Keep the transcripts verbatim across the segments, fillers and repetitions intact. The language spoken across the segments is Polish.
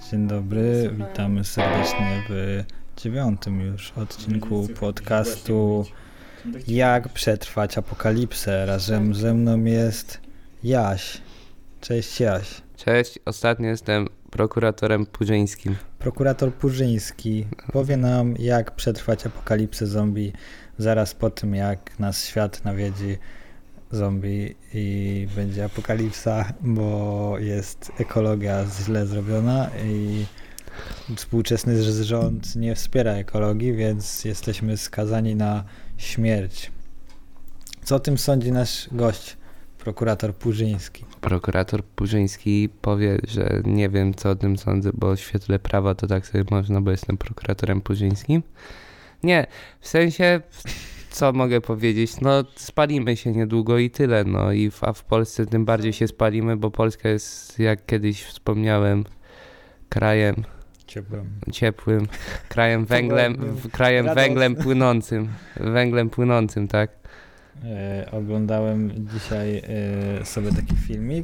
Dzień dobry, witamy serdecznie w dziewiątym już odcinku podcastu Jak przetrwać apokalipsę. Razem ze mną jest Jaś. Cześć Jaś. Cześć, ostatnio jestem prokuratorem purzyńskim. Prokurator Purzyński powie nam, jak przetrwać apokalipsę zombie zaraz po tym, jak nas świat nawiedzi zombie i będzie apokalipsa, bo jest ekologia źle zrobiona i współczesny rząd nie wspiera ekologii, więc jesteśmy skazani na śmierć. Co o tym sądzi nasz gość, prokurator Purzyński? Prokurator Purzyński powie, że nie wiem, co o tym sądzę, bo w świetle prawa to tak sobie można, bo jestem prokuratorem Purzyńskim. Nie, w sensie... Co mogę powiedzieć? No spalimy się niedługo i tyle, no i w, a w Polsce tym bardziej się spalimy, bo Polska jest, jak kiedyś wspomniałem, krajem ciepłym, ciepłym krajem węglem, w, krajem Radosny. węglem płynącym, węglem płynącym, tak? E, oglądałem dzisiaj e, sobie taki filmik.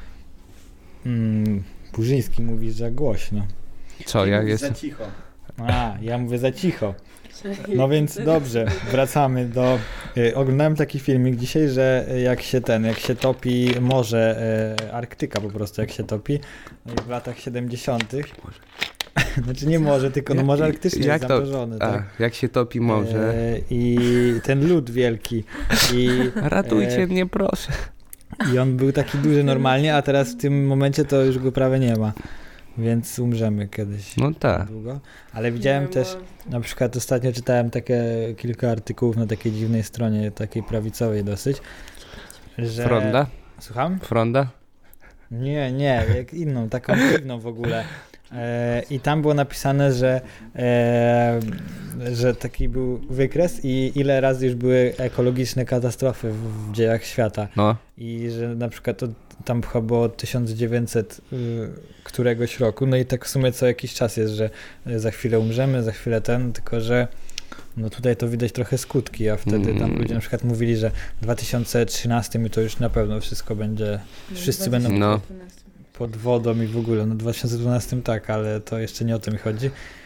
Mm, Purzyński mówi, że głośno. Co, ja jestem... Za cicho. A, ja mówię za cicho. No więc dobrze, wracamy do... Y, oglądałem taki filmik dzisiaj, że jak się ten, jak się topi morze, y, Arktyka po prostu, jak się topi, no i w latach siedemdziesiątych znaczy nie morze, tylko no morze arktyczne jak jest to, zamrożone, a, tak? jak się topi morze. Y, I ten lód wielki. I, Ratujcie y, mnie, proszę. I on był taki duży normalnie, a teraz w tym momencie to już go prawie nie ma. Więc umrzemy kiedyś. No tak. Długo. Ale widziałem też, na przykład ostatnio czytałem takie kilka artykułów na takiej dziwnej stronie, takiej prawicowej dosyć, że... Fronda? Słucham? Fronda? Nie, nie, jak inną, taką dziwną w ogóle. E, I tam było napisane, że, e, że taki był wykres i ile razy już były ekologiczne katastrofy w, w dziejach świata. No. I że na przykład to, tam chyba było od tysiąc dziewięćset y, któregoś roku, no i tak w sumie co jakiś czas jest, że za chwilę umrzemy, za chwilę ten, tylko że no tutaj to widać trochę skutki, a wtedy tam ludzie na przykład mówili, że w dwa tysiące trzynastym to już na pewno wszystko będzie, wszyscy będą No. pod wodą i w ogóle, no w dwa tysiące dwunastym tak, ale to jeszcze nie o tym chodzi.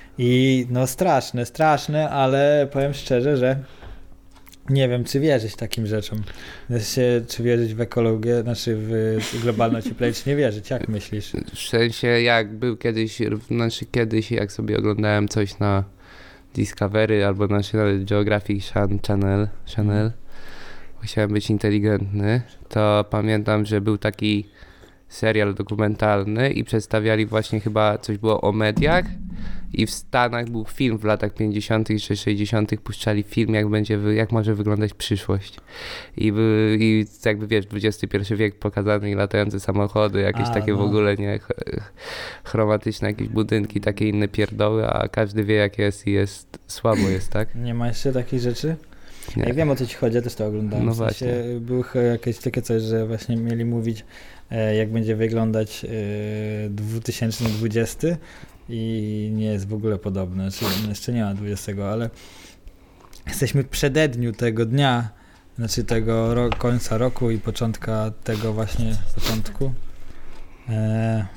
I no straszne, straszne, ale powiem szczerze, że nie wiem, czy wierzyć takim rzeczom. Znaczy, czy wierzyć w ekologię, znaczy w globalne ocieplenie, czy nie wierzyć? Jak myślisz? W sensie jak był kiedyś, znaczy kiedyś jak sobie oglądałem coś na Discovery albo National Geographic Channel, Channel bo chciałem być inteligentny, to pamiętam, że był taki serial dokumentalny i przedstawiali właśnie chyba coś było o mediach i w Stanach był film w latach pięćdziesiątych czy sześćdziesiątych puszczali film, jak będzie, jak może wyglądać przyszłość. I, by, i jakby wiesz, dwudziesty pierwszy wiek pokazany i latające samochody, jakieś A, takie no. w ogóle nie chromatyczne jakieś budynki, takie inne pierdoły, a każdy wie jak jest i jest słabo jest, tak? Nie ma jeszcze takich rzeczy? Nie. Ja wiem, o co ci chodzi, ja też to oglądałem. No w sensie właśnie. było jakieś takie coś, że właśnie mieli mówić, e, jak będzie wyglądać e, dwa tysiące dwudziesty i nie jest w ogóle podobne. Znaczy, jeszcze nie ma dwudziestego, ale jesteśmy w przededniu tego dnia, znaczy tego ro- końca roku i początka tego właśnie początku. E,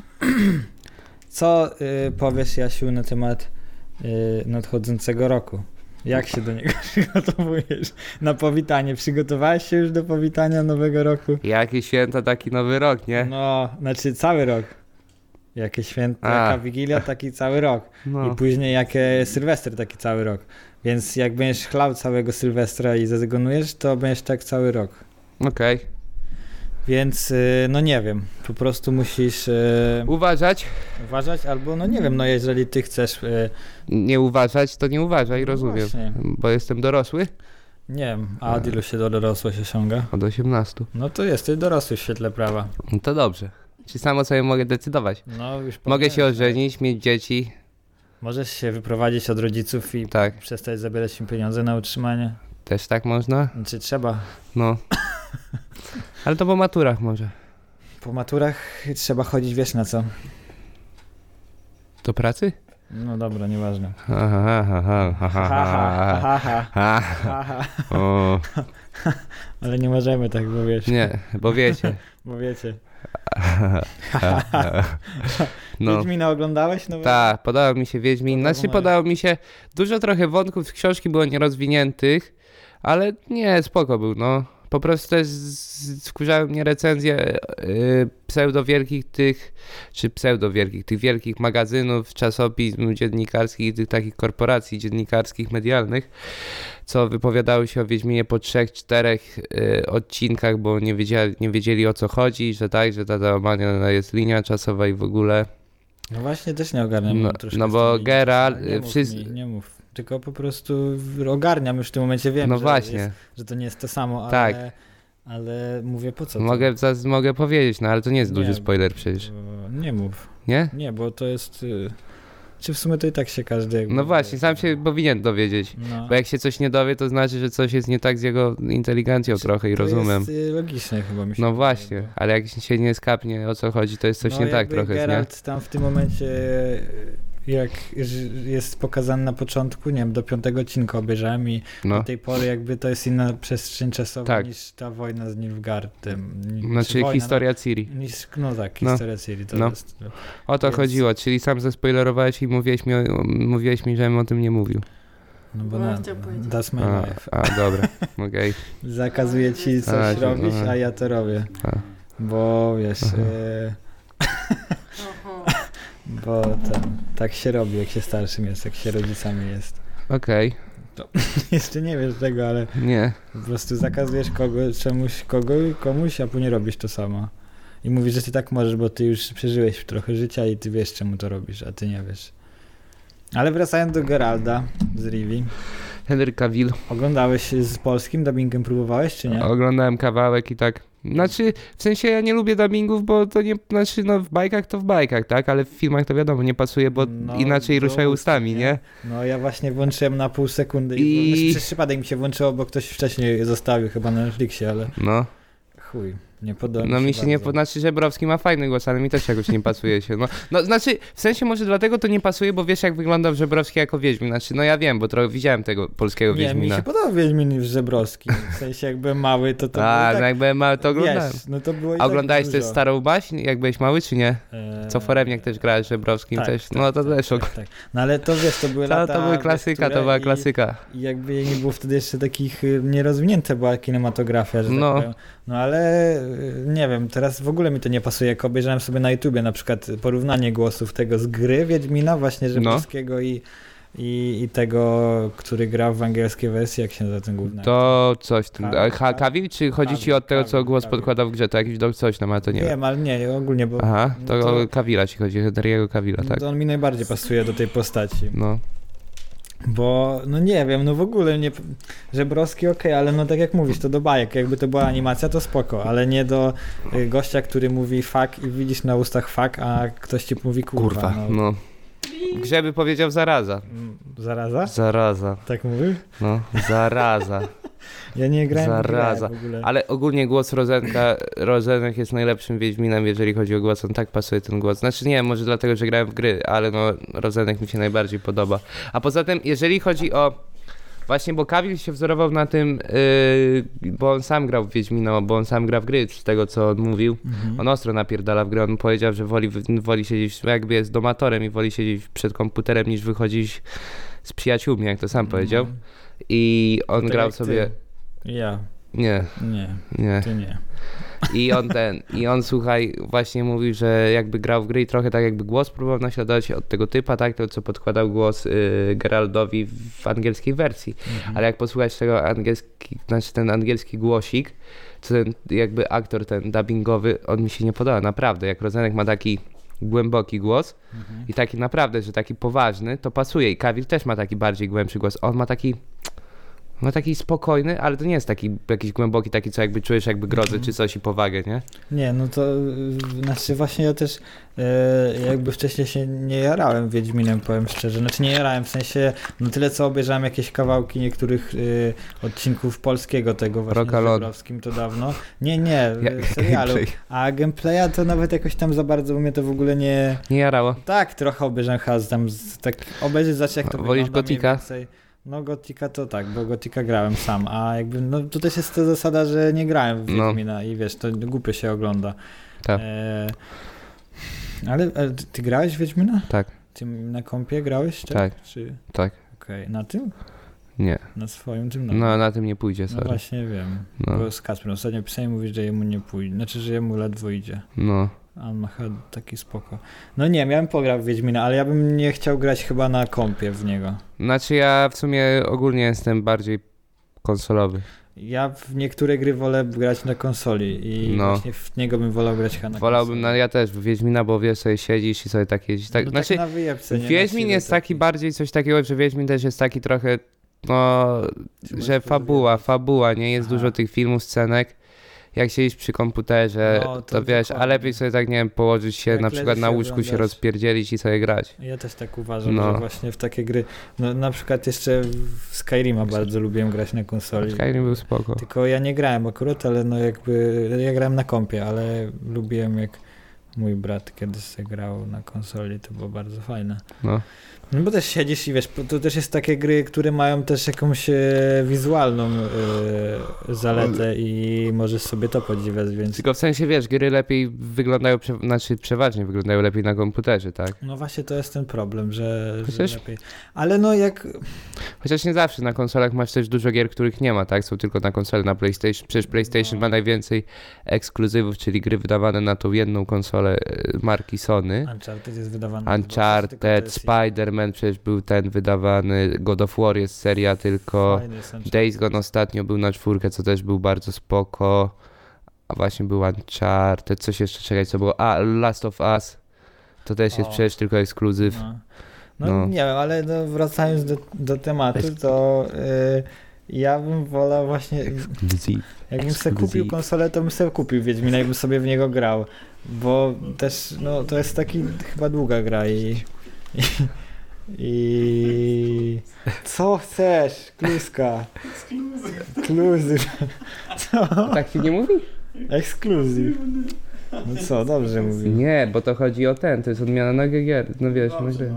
co y, powiesz, Jasiu, na temat y, nadchodzącego roku? Jak się do niego przygotowujesz? Na powitanie. Przygotowałeś się już do powitania nowego roku? Jakie święta, taki nowy rok, nie? No, znaczy cały rok. Jakie święta, A. jaka Wigilia, taki cały rok. No. I później jakie Sylwester, taki cały rok. Więc jak będziesz chlał całego Sylwestra i zrezygnujesz, to będziesz tak cały rok. Okej. Okay. Więc y, no nie wiem, po prostu musisz y, Uważać. uważać, albo no nie wiem, no jeżeli ty chcesz, y, Nie uważać, to nie uważaj, No rozumiem. właśnie. Bo jestem dorosły. nie wiem, a od ilu się do dorosłość osiąga? Od osiemnastu. No to jesteś dorosły w świetle prawa. No to dobrze. Czy samo sobie mogę decydować? No już Mogę się powinieneś, ożenić, mieć dzieci. Możesz się wyprowadzić od rodziców i Tak. przestać zabierać im pieniądze na utrzymanie. Też tak można? Znaczy trzeba. No. Ale to po maturach może. Po maturach trzeba chodzić, wiesz na co? Do pracy? No dobra, nieważne. Ha, ha, ha, ha, ha, ha, ha, Ha, ha, ha. ha, ha. O, Ale nie możemy tak, bo wiesz. nie, bo wiecie. Bo wiecie. No. Wiedźmina oglądałeś? No, Tak, podobał mi się Wiedźmin. Podobał Znaczy mi- podobał mi się, dużo trochę wątków z książki było nierozwiniętych, ale nie, spoko był, no. Po prostu też z- wkurzały mnie recenzje yy, pseudowielkich tych, czy pseudowielkich, tych wielkich magazynów, czasopism dziennikarskich, tych takich korporacji dziennikarskich, medialnych, co wypowiadały się o Wiedźminie po trzech, czterech yy, odcinkach, bo nie wiedzieli, nie wiedzieli o co chodzi, że tak, że ta załamana jest linia czasowa i w ogóle. No właśnie, też nie ogarniam. No, troszkę no z bo tymi- Geralt, Nie mów wszyscy- mi, nie mów. Tylko po prostu ogarniam już w tym momencie, wiem, No że, właśnie. Jest, że to nie jest to samo, ale, Tak. ale mówię po co to? Mogę, zas- mogę powiedzieć, no ale to nie jest Nie, duży spoiler przecież, bo- Nie mów. nie? Nie, bo to jest... y, Czy w sumie to i tak się każdy... jakby- No właśnie, sam się powinien dowiedzieć. No. Bo jak się coś nie dowie, to znaczy, że coś jest nie tak z jego inteligencją Czy trochę i to rozumem. jest y, logiczne chyba mi się No wydaje, właśnie, bo- ale jak się nie skapnie o co chodzi, to jest coś no nie tak jakby trochę, nie? Geralt tam w tym momencie, jak jest pokazany na początku, nie wiem, do piątego odcinka obejrzałem i No. do tej pory jakby to jest inna przestrzeń czasowa Tak. niż ta wojna z Nilfgaardem. Ni- czy Znaczy wojna, historia Ciri. No, niż, no tak, No. historia Ciri to No. jest. O to Więc- chodziło, czyli sam zaspoilerowałeś i mówiłeś mi, o, mówiłeś mi, żebym o tym nie mówił. No bo No, na, chciał powiedzieć. that's my A, life. a dobra, okej. Zakazuje ci coś A, robić, no. a ja to robię. A. Bo wiesz, Aha. e, Aha. bo ten, tak się robi, jak się starszym jest, jak się rodzicami jest. Okej, Jeszcze nie wiesz tego, ale nie. po prostu zakazujesz kogo, czemuś, kogo, komuś, a później robisz to samo. I mówisz, że ty tak możesz, bo ty już przeżyłeś trochę życia i ty wiesz, czemu to robisz, a ty nie wiesz. Ale wracając do Geralda z Rivii. Henry Cavill. Oglądałeś z polskim dubbingiem, próbowałeś, czy nie? Oglądałem kawałek i tak. Znaczy, w sensie ja nie lubię dubbingów, bo to nie, znaczy no w bajkach to w bajkach, tak? Ale w filmach to wiadomo, nie pasuje, bo No, inaczej do ruszają ust, ustami, nie? nie? No ja właśnie włączyłem na pół sekundy i, I- i... przez przypadek mi się włączyło, bo ktoś wcześniej zostawił chyba na Netflixie, ale No, chuj, nie podoba no mi się nie, bardzo. po- znaczy Żebrowski ma fajny głos, ale mi też jakoś nie pasuje się, no. No, znaczy, w sensie może dlatego to nie pasuje, bo wiesz jak wyglądał Żebrowski jako Wiedźmin, znaczy, no ja wiem, bo trochę widziałem tego polskiego Nie, mi Wiedźmina. się podobał Wiedźmin niż Żebrowski. W sensie jak byłem mały, to to A, było no tak, jak byłem mały, to oglądałem. wiesz, no to było i A oglądałeś tak też dużo. Starą Baśń, jak byłeś mały, czy nie? Eee, Co Foremniak też grałeś z Żebrowskim tak, też, tak, no to tak, też tak, tak. No ale to wiesz, to były To, lata... to były wiesz, klasyka, które to była i- klasyka. I jakby nie było wtedy jeszcze takich y, nierozwinięta była kinematografia, że No. tak powiem. No ale y, nie wiem, teraz w ogóle mi to nie pasuje. Jak obejrzałem sobie na YouTubie na przykład porównanie głosów tego z gry Wiedźmina, właśnie Żebrowskiego i, i, i tego, który grał w angielskiej wersji, jak się nazywa ten główny aktor? To coś, ten, Ka- a ha, Ka- Cavill, czy chodzi ci Cavill, od tego, co Cavill, głos Cavill. podkładał w grze, to jakiś do coś tam, ale to nie wiem. Wiem, ale nie, ogólnie, bo Aha, to, no to- o Cavilla ci chodzi, Henry'ego Cavilla, no tak? to on mi najbardziej pasuje do tej postaci. No, Bo, no nie wiem, no w ogóle nie... Żebrowski okej, ale no tak jak mówisz, to do bajek. Jakby to była animacja, to spoko, ale nie do y, gościa, który mówi fuck i widzisz na ustach fuck, a ktoś ci mówi kurwa. kurwa, no. no. W grze by powiedział zaraza. Mm, Zaraza? Zaraza, Tak mówisz? no, zaraza. Ja nie grałem Zaraza. w grę w ogóle. Ale ogólnie głos Rozenka, Rozenek jest najlepszym Wiedźminem, jeżeli chodzi o głos, on tak pasuje ten głos. Znaczy nie, może dlatego, że grałem w gry, ale no Rozenek mi się najbardziej podoba. A poza tym, jeżeli chodzi o... Właśnie, bo Cavill się wzorował na tym, yy, bo on sam grał w Wiedźmino, bo on sam gra w gry, z tego co on mówił. Mhm. On ostro napierdala w grę, on powiedział, że woli, woli siedzieć, jakby jest domatorem i woli siedzieć przed komputerem niż wychodzić z przyjaciółmi, jak to sam powiedział. Mhm. I on tak grał jak ty. sobie... Ja. Nie, Nie, nie. ty nie. I on ten, i on słuchaj, właśnie mówił, że jakby grał w gry i trochę tak jakby głos próbował naśladować od tego typa, tak, to co podkładał głos y, Geraldowi w angielskiej wersji. Mhm. Ale jak posłuchać tego angielski, znaczy ten angielski głosik, to ten jakby aktor ten dubbingowy, on mi się nie podoba, naprawdę. Jak Rozenek ma taki głęboki głos Mhm. i taki naprawdę, że taki poważny, to pasuje. I Cavill też ma taki bardziej głębszy głos. On ma taki... Ma taki spokojny, ale to nie jest taki jakiś głęboki, taki co jakby czujesz jakby grozę Mhm. czy coś i powagę, nie? Nie, no to y, znaczy właśnie ja też e, jakby wcześniej się nie jarałem Wiedźminem, powiem szczerze. Znaczy nie jarałem, w sensie no tyle co obejrzałem jakieś kawałki niektórych y, odcinków polskiego tego właśnie Rock z Alone. Żebrowskim to dawno. Nie, nie, Ja- w serialu. gameplay. A gameplaya to nawet jakoś tam za bardzo, bo mnie to w ogóle nie... Nie jarało. Tak, trochę obejrzałem Haz tam, z, tak obejrzeć, zobaczyć jak to Wolisz wygląda mniej Gotika? więcej. No Gotika to tak, bo Gotika grałem sam, a jakby no to też jest ta zasada, że nie grałem w No. Wiedźmina i wiesz, to głupio się ogląda. Tak. E, Ale, ale ty, ty grałeś w Wiedźmina? Tak, Ty na kompie grałeś? Tak. Czy... tak. Okej, na tym? Nie. Na swoim tym? No, na tym nie pójdzie, No sorry. właśnie wiem, No. bo z Kacprem ostatnio pisałem, mówi, że jemu nie pójdzie, znaczy, że jemu ledwo idzie, No. a on ma chyba taki spoko. No nie, miałem pograł w Wiedźmina, ale ja bym nie chciał grać chyba na kompie w niego. Znaczy ja w sumie ogólnie jestem bardziej konsolowy. Ja w niektóre gry wolę grać na konsoli i No. właśnie w niego bym wolał grać chyba na Wolałbym, konsoli. no ja też, w Wiedźmina, bo wiesz, sobie siedzisz i sobie tak jeździsz. Tak, no znaczy, tak na wyjebce, nie? Na Wiedźmin chwilę jest taki bardziej coś takiego, że Wiedźmin też jest taki trochę, no, Czy że możesz fabuła, pozwijać? fabuła, nie? Jest Aha. dużo tych filmów, scenek. Jak siedzisz przy komputerze, No, to, to wiesz, a dokładnie. lepiej sobie tak, nie wiem, położyć się Jak na przykład leżysz na i łóżku, się oglądasz. rozpierdzielić i sobie grać. Ja też tak uważam, No. że właśnie w takie gry, no na przykład jeszcze w Skyrima bardzo lubiłem grać na konsoli. Skyrim był spoko. Tylko ja nie grałem akurat, ale no jakby, ja grałem na kompie, ale lubiłem jak mój brat kiedyś sobie grał na konsoli, to było bardzo fajne. No. No bo też siedzisz i wiesz, to też jest takie gry, które mają też jakąś e, wizualną e, zaletę i możesz sobie to podziwiać, więc... Tylko w sensie, wiesz, gry lepiej wyglądają, prze, znaczy przeważnie wyglądają lepiej na komputerze, tak? No właśnie to jest ten problem, że, że Chociaż- lepiej... Ale no jak... Chociaż nie zawsze, na konsolach masz też dużo gier, których nie ma, tak? Są tylko na konsoli, na PlayStation. Przecież PlayStation No. ma najwięcej ekskluzywów, czyli gry wydawane na tą jedną konsolę e, marki Sony. Uncharted jest wydawany... tylko to Uncharted, jest- Spider-Man przecież był ten wydawany, God of War jest seria tylko, Fajny jest Uncharted. Days Gone ostatnio był na czwórkę, co też był bardzo spoko, a właśnie był Uncharted, coś jeszcze, czekaj, co było, a Last of Us, to też jest O. przecież tylko ekskluzyw. No, no, No. nie wiem, ale no, wracając do, do tematu, to y, ja bym wolał właśnie, Ekskluzyw. jakbym sobie Ekskluzyw. kupił konsolę, to bym sobie kupił Wiedźmina i bym sobie w niego grał, bo też, no to jest taki chyba długa gra i i, i co chcesz, kluska, ekskluzyw, co? Tak się nie mówi? Ekskluzyw. No co, dobrze mówię. Nie, bo to chodzi o ten, to jest odmiana na G G R, no wiesz, na gry.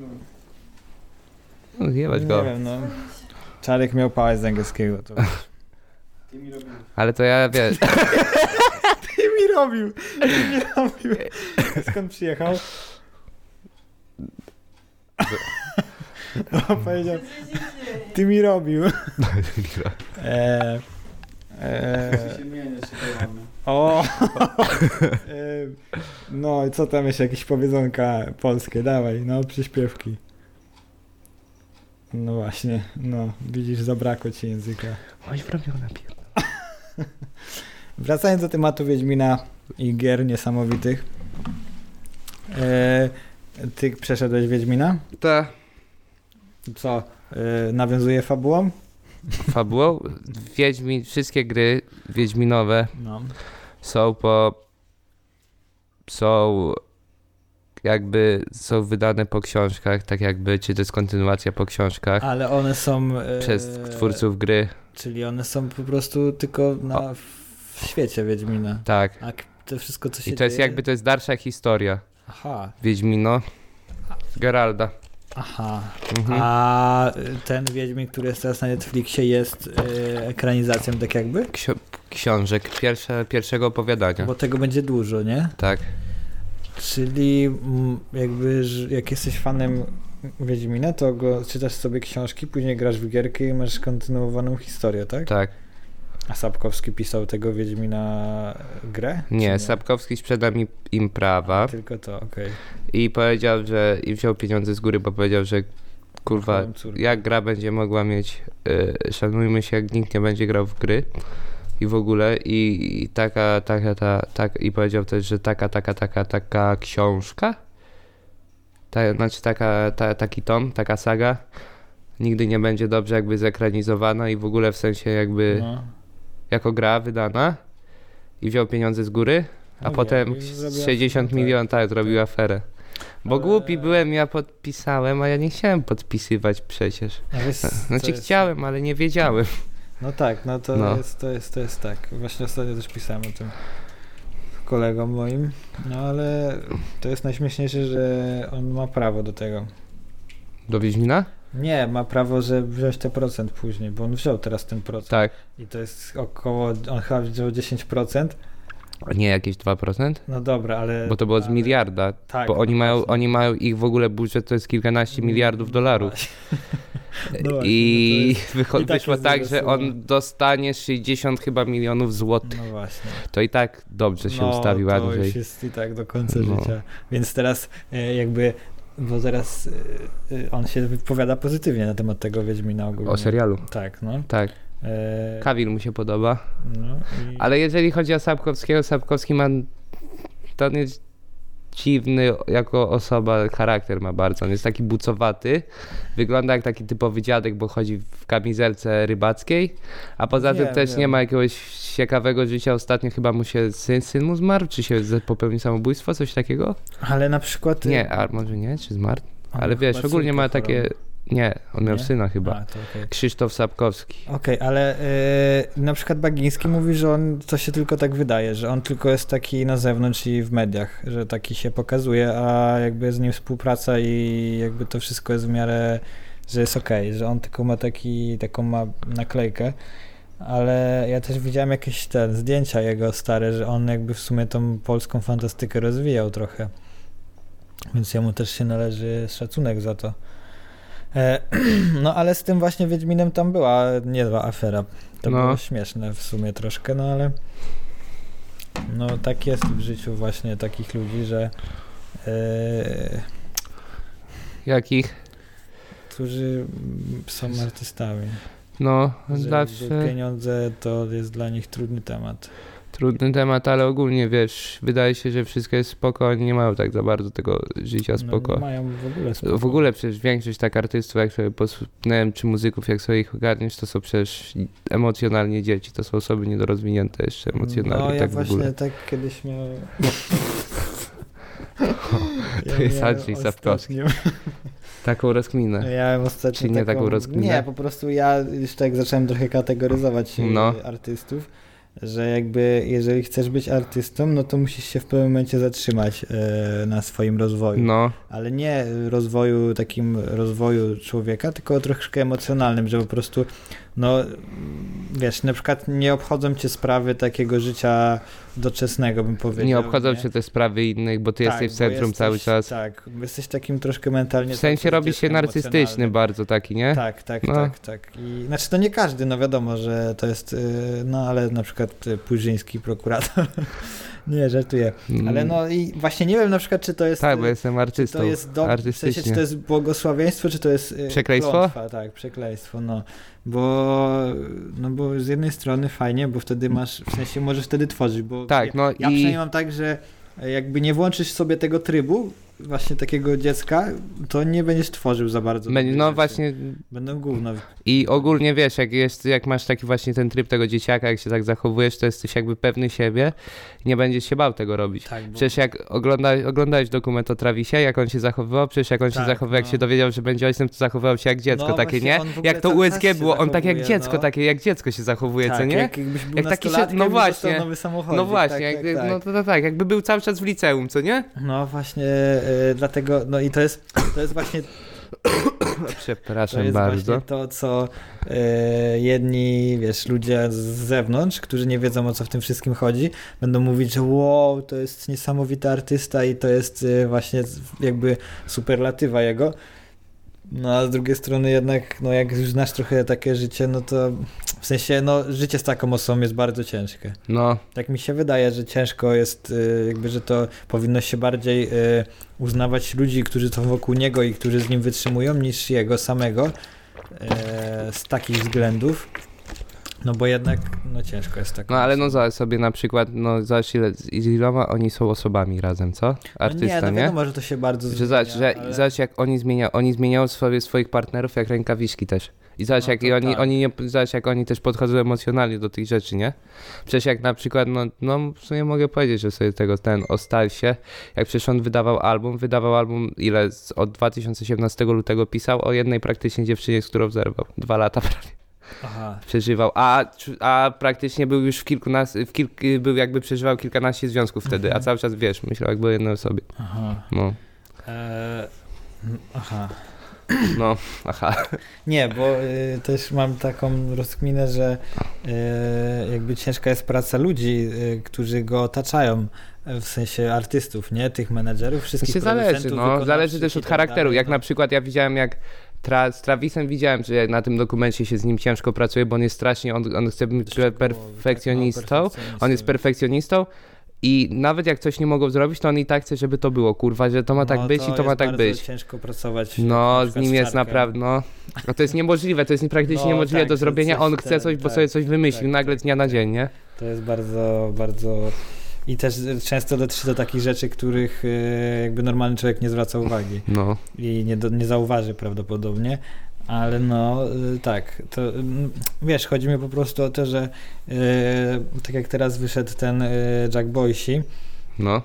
No zjebać Nie go. wiem, no. Czarek miał pałę z angielskiego, to... Ale to ja, wiesz, Ty mi robił! Ty mi robił! Skąd przyjechał? No, powiedział, ty mi robił. E, e, o! E, no i co tam jeszcze, jakieś powiedzonka polskie, dawaj, no przyśpiewki. No właśnie, no widzisz, zabrakło ci języka. Oj, wrobiona pier... Wracając do tematu Wiedźmina i gier niesamowitych. E, ty przeszedłeś Wiedźmina? Ta Co? E, nawiązuje fabułą? fabułą, Wiedźmin, wszystkie gry wiedźminowe No. są po... są jakby, są wydane po książkach, tak jakby, czy to jest kontynuacja po książkach Ale one są... E, przez twórców gry, Czyli one są po prostu tylko na, w świecie Wiedźmina. tak. A k- to wszystko, co się I to jest dzieje... jakby, to jest dalsza historia. Aha, Wiedźmino, Geralda. aha. Mhm. A ten Wiedźmin, który jest teraz na Netflixie, jest e, ekranizacją tak jakby? Ksio- książek, pierwsze, pierwszego opowiadania. Bo tego będzie dużo, nie? Tak. Czyli mm, jakby, że jak jesteś fanem Wiedźmina, to go czytasz sobie książki, później grasz w gierkę i masz kontynuowaną historię, tak? Tak. A Sapkowski pisał tego Wiedźmina grę? Czy Nie, Sapkowski sprzedał mi im prawa Tylko to, okej. i powiedział, że i wziął pieniądze z góry, bo powiedział, że kurwa, Kochałem córkę. jak gra będzie mogła mieć, y, szanujmy się, jak nikt nie będzie grał w gry i w ogóle i, i taka, taka, ta, tak, i powiedział też, że taka, taka, taka, taka książka, ta, znaczy taka, ta, taki tom, taka saga nigdy nie będzie dobrze jakby zekranizowana i w ogóle w sensie jakby No. jako gra wydana i wziął pieniądze z góry, a No potem wiem, i zrobiła- sześćdziesiąt tak, milionów, tak, zrobił aferę. Bo Ale- głupi byłem, ja podpisałem, a ja nie chciałem podpisywać przecież. A wiesz, Znaczy co jest- chciałem, ale nie wiedziałem. No tak, no to, No. Jest, to, jest, to jest tak. Właśnie ostatnio też pisałem o tym kolegom moim, no ale to jest najśmieszniejsze, że on ma prawo do tego. Do Wiedźmina? Nie, ma prawo, że wziąć ten procent później, bo on wziął teraz ten procent. Tak. I to jest około, on chyba wziął dziesięć procent A nie jakieś dwa procent? No dobra, ale... Bo to było z ale, miliarda, tak, bo oni no mają, właśnie. oni mają, ich w ogóle budżet to jest kilkanaście miliardów dolarów. No właśnie, I, no to jest- wycho- i tak wyszło jest tak, duża że suma. on dostanie sześćdziesiąt chyba milionów złotych. No właśnie. To i tak dobrze się no, ustawił to Andrzej. już jest i tak do końca No. życia. Więc teraz e, jakby, bo teraz e, e, on się wypowiada pozytywnie na temat tego Wiedźmina ogólnie. O serialu. Tak, no. Tak. E, Cavill mu się podoba. no i... Ale jeżeli chodzi o Sapkowskiego, Sapkowski ma... To on jest dziwny jako osoba, charakter ma bardzo. On jest taki bucowaty. Wygląda jak taki typowy dziadek, bo chodzi w kamizelce rybackiej. A poza Wiem, tym też wiem. nie ma jakiegoś ciekawego życia. Ostatnio chyba mu się syn, syn mu zmarł, czy się z- popełnił samobójstwo, coś takiego? Ale na przykład... e, Nie, a może nie, czy zmarł? on Ale wiesz, chyba ogólnie córkę ma takie... chorą. Nie, on miał Nie? syna chyba. A, to okej. Krzysztof Sapkowski. Okej, ale e, na przykład Bagiński mówi, że on to się tylko tak wydaje, że on tylko jest taki na zewnątrz i w mediach, że taki się pokazuje, a jakby z nim współpraca i jakby to wszystko jest w miarę, że jest okej, że on tylko ma taki, taką ma naklejkę, ale ja też widziałem jakieś te zdjęcia jego stare, że on jakby w sumie tą polską fantastykę rozwijał trochę, więc jemu też się należy szacunek za to. E, No ale z tym właśnie Wiedźminem tam była niezła afera. To No. było śmieszne w sumie troszkę, no ale no tak jest w życiu właśnie takich ludzi, że e, Jakich? którzy są artystami. No, Że zawsze... jakby pieniądze to jest dla nich trudny temat. Trudny temat, ale ogólnie wiesz, wydaje się, że wszystko jest spoko, oni nie mają tak za bardzo tego życia spoko. No, nie mają w ogóle spoko. W ogóle przecież większość tak artystów, jak sobie posłuchałem, czy muzyków, jak sobie ich ogarniesz, to są przecież emocjonalnie dzieci, to są osoby niedorozwinięte jeszcze emocjonalnie, No ja tak w właśnie ogóle. tak kiedyś miałem... To jest miałem Andrzej Sapkowski. ostatnio- Taką rozkminę. Ja miałem ostatnio Czy nie taką rozkminę? Nie, po prostu ja już tak zacząłem trochę kategoryzować No. no. artystów, że jakby jeżeli chcesz być artystą, no to musisz się w pewnym momencie zatrzymać e, na swoim rozwoju. No, Ale nie rozwoju, takim rozwoju człowieka, tylko troszkę emocjonalnym, że po prostu no wiesz, na przykład nie obchodzą cię sprawy takiego życia doczesnego, bym powiedział. nie obchodzą cię te sprawy innych, bo ty Tak, jesteś w bo centrum jesteś, cały czas. Tak, jesteś takim troszkę mentalnie... W sensie takim robisz się dzieckiem narcystyczny emocjonalnym. bardzo taki, nie? Tak, tak, No. tak, tak. I, znaczy to nie każdy, no wiadomo, że to jest, yy, no ale na przykład y, Pujrzyński prokurator. Nie, żartuję. Mm. Ale no i właśnie nie wiem na przykład, czy to jest... Tak, bo y, jestem czy artystą, to jest do... w sensie, artystycznie. czy to jest błogosławieństwo, czy to jest y, Przekleństwo? klątwa, tak, przekleństwo, no. Bo, no bo z jednej strony fajnie, bo wtedy masz, w sensie możesz wtedy tworzyć, bo Tak, ja, no ja i- przynajmniej mam tak, że jakby nie włączysz sobie tego trybu, właśnie takiego dziecka, to nie będziesz tworzył za bardzo. Będzie- dobrych No rzeczy. właśnie Będą gówno. i ogólnie wiesz, jak, jest, jak masz taki właśnie ten tryb tego dzieciaka, jak się tak zachowujesz, to jesteś jakby pewny siebie i nie będziesz się bał tego robić. Tak, bo... Przecież jak ogląda, oglądałeś dokument o Travisie, jak on się zachowywał, przecież jak on się Tak, zachowywał, jak no. się dowiedział, że będzie ojcem, to zachowywał się jak dziecko No takie, właśnie, nie? on w ogóle Jak to cały U czas S G się było, on tak jak zachowuje, dziecko, no. takie jak dziecko się zachowuje, tak, co nie? Jak, jakbyś był Jak taki się- nastolatkiem no i właśnie. dostał nowy samochodzik. No właśnie, tak, jak, tak, tak. no to, to tak, jakby był cały czas w liceum, co nie? No właśnie, y, dlatego, no i to jest, to jest właśnie, to Przepraszam jest bardzo. właśnie to, co y, jedni, wiesz, ludzie z zewnątrz, którzy nie wiedzą, o co w tym wszystkim chodzi, będą mówić, że wow, to jest niesamowity artysta i to jest y, właśnie jakby superlatywa jego. No a z drugiej strony jednak, no jak już znasz trochę takie życie, no to w sensie, no życie z taką osobą jest bardzo ciężkie. No, Tak mi się wydaje, że ciężko jest, y, jakby, że to powinno się bardziej y, uznawać ludzi, którzy są wokół niego i którzy z nim wytrzymują, niż jego samego y, z takich względów. No bo jednak, no ciężko jest tak. no ale no zobacz sobie na przykład, no zobacz ile, z iloma oni są osobami razem, co? Artysta, no nie? No nie? wiadomo, że to się bardzo Że zmienia, zobacz, że, ale... zobacz jak oni zmieniają, oni zmieniają sobie swoich partnerów jak rękawiczki też. I zobacz No jak to i oni, tak. oni nie, zobacz jak oni też podchodzą emocjonalnie do tych rzeczy, nie? Przecież jak na przykład, no, no w sumie mogę powiedzieć, że sobie tego, ten o Stalsie, jak przecież on wydawał album, wydawał album ile, z, od dwa tysiące siedemnastego lutego pisał o jednej praktycznie dziewczynie, z którą zerwał. Dwa lata prawie Aha. przeżywał, a, a praktycznie był już w kilkunastu, w kilk, był jakby przeżywał kilkanaście związków wtedy, a cały czas wiesz, myślał jakby o jednej osobie. Aha. No. Eee, aha. No, aha. Nie, bo y, też mam taką rozkminę, że y, jakby ciężka jest praca ludzi, y, którzy go otaczają, w sensie artystów, nie? Tych menedżerów, wszystkich To się zależy, producentów, no. wykonawczych Zależy też i od tak charakteru. dalej, Jak no. na przykład ja widziałem, jak tra- z Travisem widziałem, że na tym dokumencie się z nim ciężko pracuje, bo on jest strasznie, on, on chce być Szczegółowy, perfekcjonistą, tak, no, perfekcjonistą on jest jest. perfekcjonistą i nawet jak coś nie mogą zrobić, to on i tak chce, żeby to było, kurwa, że to ma tak No, być i to ma jest tak bardzo być. ciężko pracować. No, jak z na nim przykład jest Czarkiem. naprawdę, no, no to jest niemożliwe, to jest praktycznie No, niemożliwe tak, do to zrobienia, coś on ten, chce coś, bo tak, sobie coś wymyślił tak, nagle tak, z dnia na tak. dzień, nie? To jest bardzo, bardzo... I też często dotyczy do takich rzeczy, których y, jakby normalny człowiek nie zwraca uwagi No. i nie, do, nie zauważy prawdopodobnie, ale no y, tak, to y, wiesz, chodzi mi po prostu o to, że y, tak jak teraz wyszedł ten y, Jack Boysi No.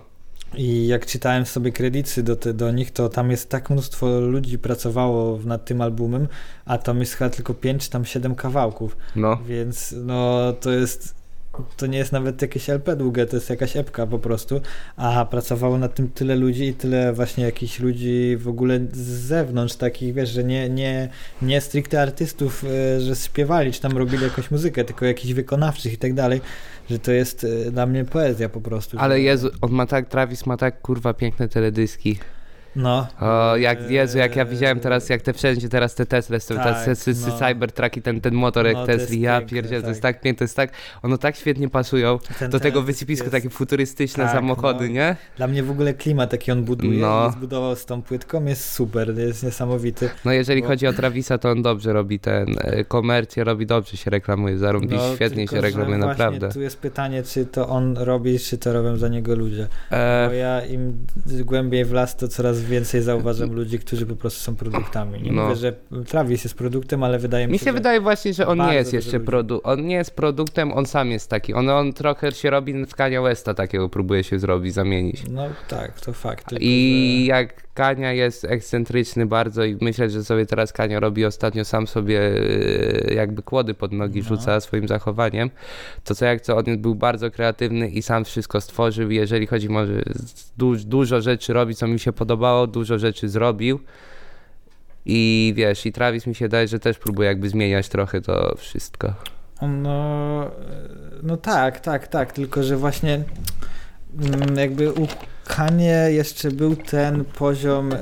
i jak czytałem sobie kredyty do, te, do nich, to tam jest tak mnóstwo ludzi pracowało nad tym albumem, a tam jest chyba tylko pięć czy tam siedem kawałków, No. więc no to jest to nie jest nawet jakieś L P długie, to jest jakaś epka po prostu, a pracowało nad tym tyle ludzi i tyle właśnie jakichś ludzi w ogóle z zewnątrz takich, wiesz, że nie, nie, nie stricte artystów, y, że śpiewali, czy tam robili jakąś muzykę, tylko jakichś wykonawczych i tak dalej, że to jest y, dla mnie poezja po prostu. Ale że- Jezu, on ma tak, Travis ma tak kurwa piękne teledyski. No. O, jak Jezu, jak ja widziałem teraz, jak te wszędzie teraz te Tesla, są Tak, te sy- sy- no. Cybertruck i ten, ten motor No, jak to Tesla, jest ja piękne, pierdzielę, to jest tak. tak piękne, to jest tak, one tak świetnie pasują Ten do tego teledysk wysypiska, jest- takie futurystyczne tak, samochody, no. nie? Dla mnie w ogóle klimat, jaki on buduje No. i zbudował z tą płytką, jest super, jest niesamowity. No jeżeli Bo- chodzi o Travisa, to on dobrze robi ten, e, komercję robi dobrze, się reklamuje, zarąbi, No, świetnie tylko, się że reklamuje, właśnie naprawdę. Tu jest pytanie, czy to on robi, czy to robią za niego ludzie. E, Bo ja im głębiej w las, to coraz więcej zauważam ludzi, którzy po prostu są produktami. Nie No. mówię, że Travis jest produktem, ale wydaje mi Mi się, się że... wydaje właśnie, że on bardzo nie jest dużo jeszcze ludzi. produkt, on nie jest produktem, on sam jest taki, on, on trochę się robi w Kanye Westa takiego, próbuje się zrobić, zamienić. No tak, to fakt. Tylko, I że... jak Kania jest ekscentryczny bardzo i myślę, że sobie teraz Kania robi ostatnio sam sobie e, jakby kłody pod nogi No. rzuca swoim zachowaniem, to co jak co on był bardzo kreatywny i sam wszystko stworzył, jeżeli chodzi może du- dużo rzeczy robi, co mi się podobało, dużo rzeczy zrobił i wiesz, i Travis mi się daje, że też próbuje jakby zmieniać trochę to wszystko. No, no tak, tak, tak, tylko że właśnie mm, jakby u Kanie jeszcze był ten poziom,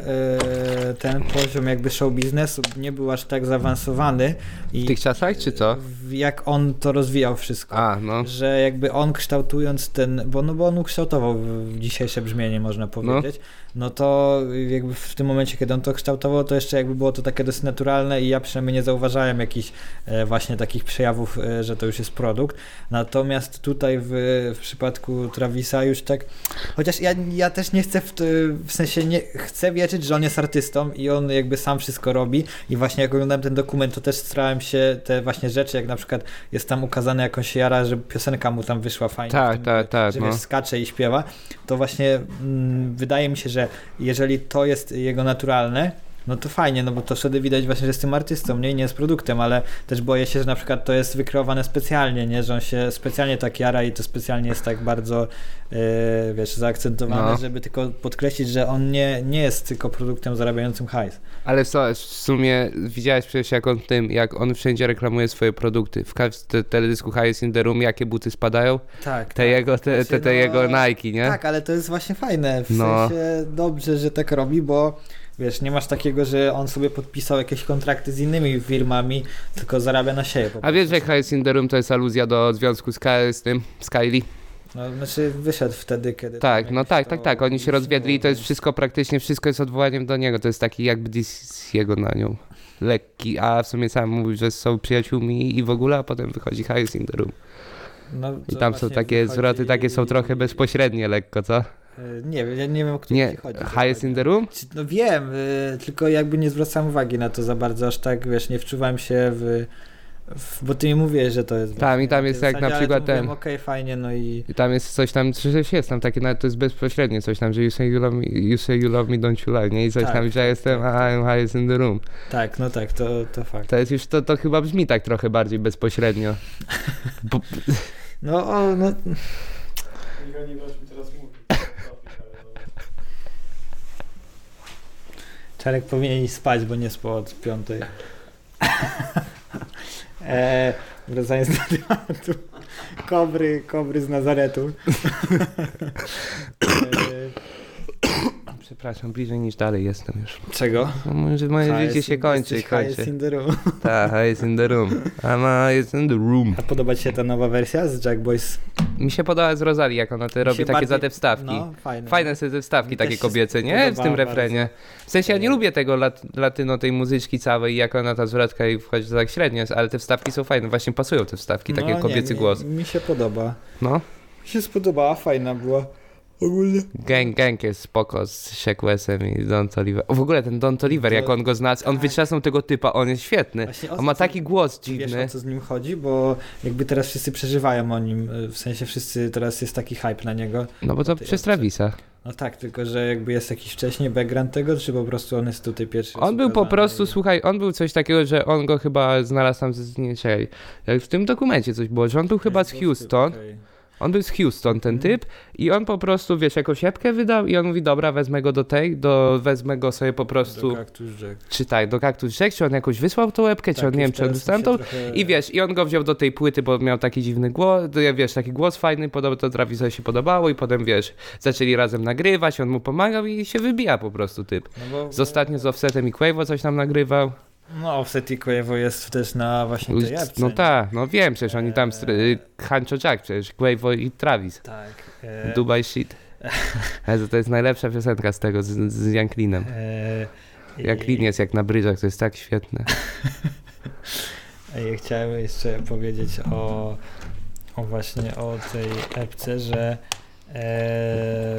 e, ten poziom jakby show biznesu nie był aż tak zaawansowany i W tych czasach, czy co? w- jak on to rozwijał wszystko. A, no. Że jakby on kształtując ten, bo, no bo on ukształtował w dzisiejsze brzmienie, można powiedzieć, no to jakby w tym momencie, kiedy on to kształtował, to jeszcze jakby było to takie dosyć naturalne i ja przynajmniej nie zauważałem jakichś e, właśnie takich przejawów, e, że to już jest produkt. Natomiast tutaj w, w przypadku Travisa już tak, chociaż ja, ja też nie chcę w, to, w sensie nie chcę wierzyć, że on jest artystą i on jakby sam wszystko robi i właśnie jak oglądałem ten dokument, to też starałem się te właśnie rzeczy, jak na przykład jest tam ukazane jakąś jara, że piosenka mu tam wyszła fajnie, Tak, w tym, tak, tak, że no. wiesz, skacze i śpiewa, to właśnie mm, wydaje mi się, że jeżeli to jest jego naturalne, no to fajnie, no bo to wtedy widać właśnie, że jest tym artystą, nie, nie jest produktem, ale też boję się, że na przykład to jest wykreowane specjalnie, nie, że on się specjalnie tak jara i to specjalnie jest tak bardzo, yy, wiesz, zaakcentowane, No. żeby tylko podkreślić, że on nie, nie jest tylko produktem zarabiającym hajs. Ale co, w sumie widziałeś przecież jak on tym, jak on wszędzie reklamuje swoje produkty. W każdym teledysku Highest in the Room, jakie buty spadają? Tak, Te tak. jego, te, Właśnie, te, te no, jego Nike, nie? Tak, ale to jest właśnie fajne, w No. sensie dobrze, że tak robi, bo wiesz, nie masz takiego, że on sobie podpisał jakieś kontrakty z innymi firmami, tylko zarabia na siebie. Po A wiesz, prostu. że Highest in the Room to jest aluzja do związku z, Ka- z tym, z Kylie? No, znaczy wyszedł wtedy, kiedy... Tak, tam no jakoś tak, to tak, tak, oni się rozwiedli i to jest było, wszystko praktycznie, wszystko jest odwołaniem do niego, to jest taki jakby diss jego na nią. Lekki, a w sumie sam mówił, że są przyjaciółmi i w ogóle, a potem wychodzi Highest in the Room. No, I to tam są właśnie takie wychodzi- zwroty, takie są trochę bezpośrednie lekko, co? Y, Nie wiem, ja nie wiem, o który Nie, ci chodzi. Highest in the Room? Czy- No wiem, y, tylko jakby nie zwracam uwagi na to za bardzo, aż tak, wiesz, nie wczuwałem się w... w bo ty mi mówiłeś, że to jest... Tam właśnie i tam tej jest jak zasadzie, na ale to przykład mówiłem, ten- Okej, fajnie, no i... I tam jest coś tam, coś jest tam takie, nawet to jest bezpośrednie coś tam, że you say you love me, you say you love me, don't you lie, nie? I coś Tak, tam, że tak, ja jestem, tak, a I'm highest in the room. Tak, no tak, to, to fakt. To jest już, to, to chyba brzmi tak trochę bardziej bezpośrednio. Bo, No, o, no... Czarek powinien iść spać, bo nie spał od piątej. e, wracając do tematu. Kobry, kobry z Nazaretu. e, Przepraszam, bliżej niż dalej jestem już. czego? No, może moje Highest życie się in- kończy, jesteś highest kończy. in the room. Tak, jest in the room. I'm jest in the room. A podoba ci się ta nowa wersja z Jack Boys? Mi się podoba z Rosalie, jak ona te robi się takie bardziej- za te wstawki. No, fajne. Fajne są te wstawki Mi takie też się kobiece, nie? W tym podobała refrenie. W sensie ja nie E, lubię tego lat, latyno, tej muzyczki całej, jak ona ta zwrotka i wchodzi to tak średnio, ale te wstawki są fajne, właśnie pasują te wstawki, takie No, kobiecy nie, głos. Mi, mi się podoba. No. Mi się spodobała, fajna była. Ogólnie. Gang Gang jest spoko z Shaq Wesem i Don Toliver. O, w ogóle ten Don Toliver, To- jak on go zna, on tak. wyczasnął tego typa, on jest świetny. Właśnie o On ma co- taki głos Wiesz, dziwny. o co z nim chodzi? Bo jakby teraz wszyscy przeżywają o nim, w sensie wszyscy, teraz jest taki hype na niego. No bo to Ty- przez Travisa. No tak, tylko że jakby jest jakiś wcześniej background tego, czy po prostu on jest tutaj pierwszy raz On był po ukazany prostu, i- słuchaj, on był coś takiego, że on go chyba znalazł tam z nie czekaj, jak w tym dokumencie coś było, że on był chyba z Jest Houston. okej. On był z Houston, ten Mhm. typ, i on po prostu, wiesz, jakąś epkę wydał i on mówi, dobra, wezmę go do tej, do, wezmę go sobie po prostu, Do Cactus Jack. czy tak, do Cactus Jack, czy on jakoś wysłał tą epkę, czy Tak, on, nie już wiem, czy on teraz mi dostał się tą, trochę- i wiesz, i on go wziął do tej płyty, bo miał taki dziwny głos, to ja, wiesz, taki głos fajny, podobał to Travisowi się podobało i potem, wiesz, zaczęli razem nagrywać, on mu pomagał i się wybija po prostu typ. No bo- Z ostatnio z Offsetem i Quavo coś tam nagrywał. No, Offset i Quavo jest też na właśnie tej epce. No nie? tak, no wiem, przecież oni tam, Eee. Hancho Jack przecież, Quavo i Travis. Tak. E, Dubai Shit. Jezu, to jest najlepsza piosenka z tego, z, z Janklinem. e, i- Janklin jest jak na brydżach, to jest tak świetne. Ja chciałem jeszcze powiedzieć o, o właśnie o tej epce, że e,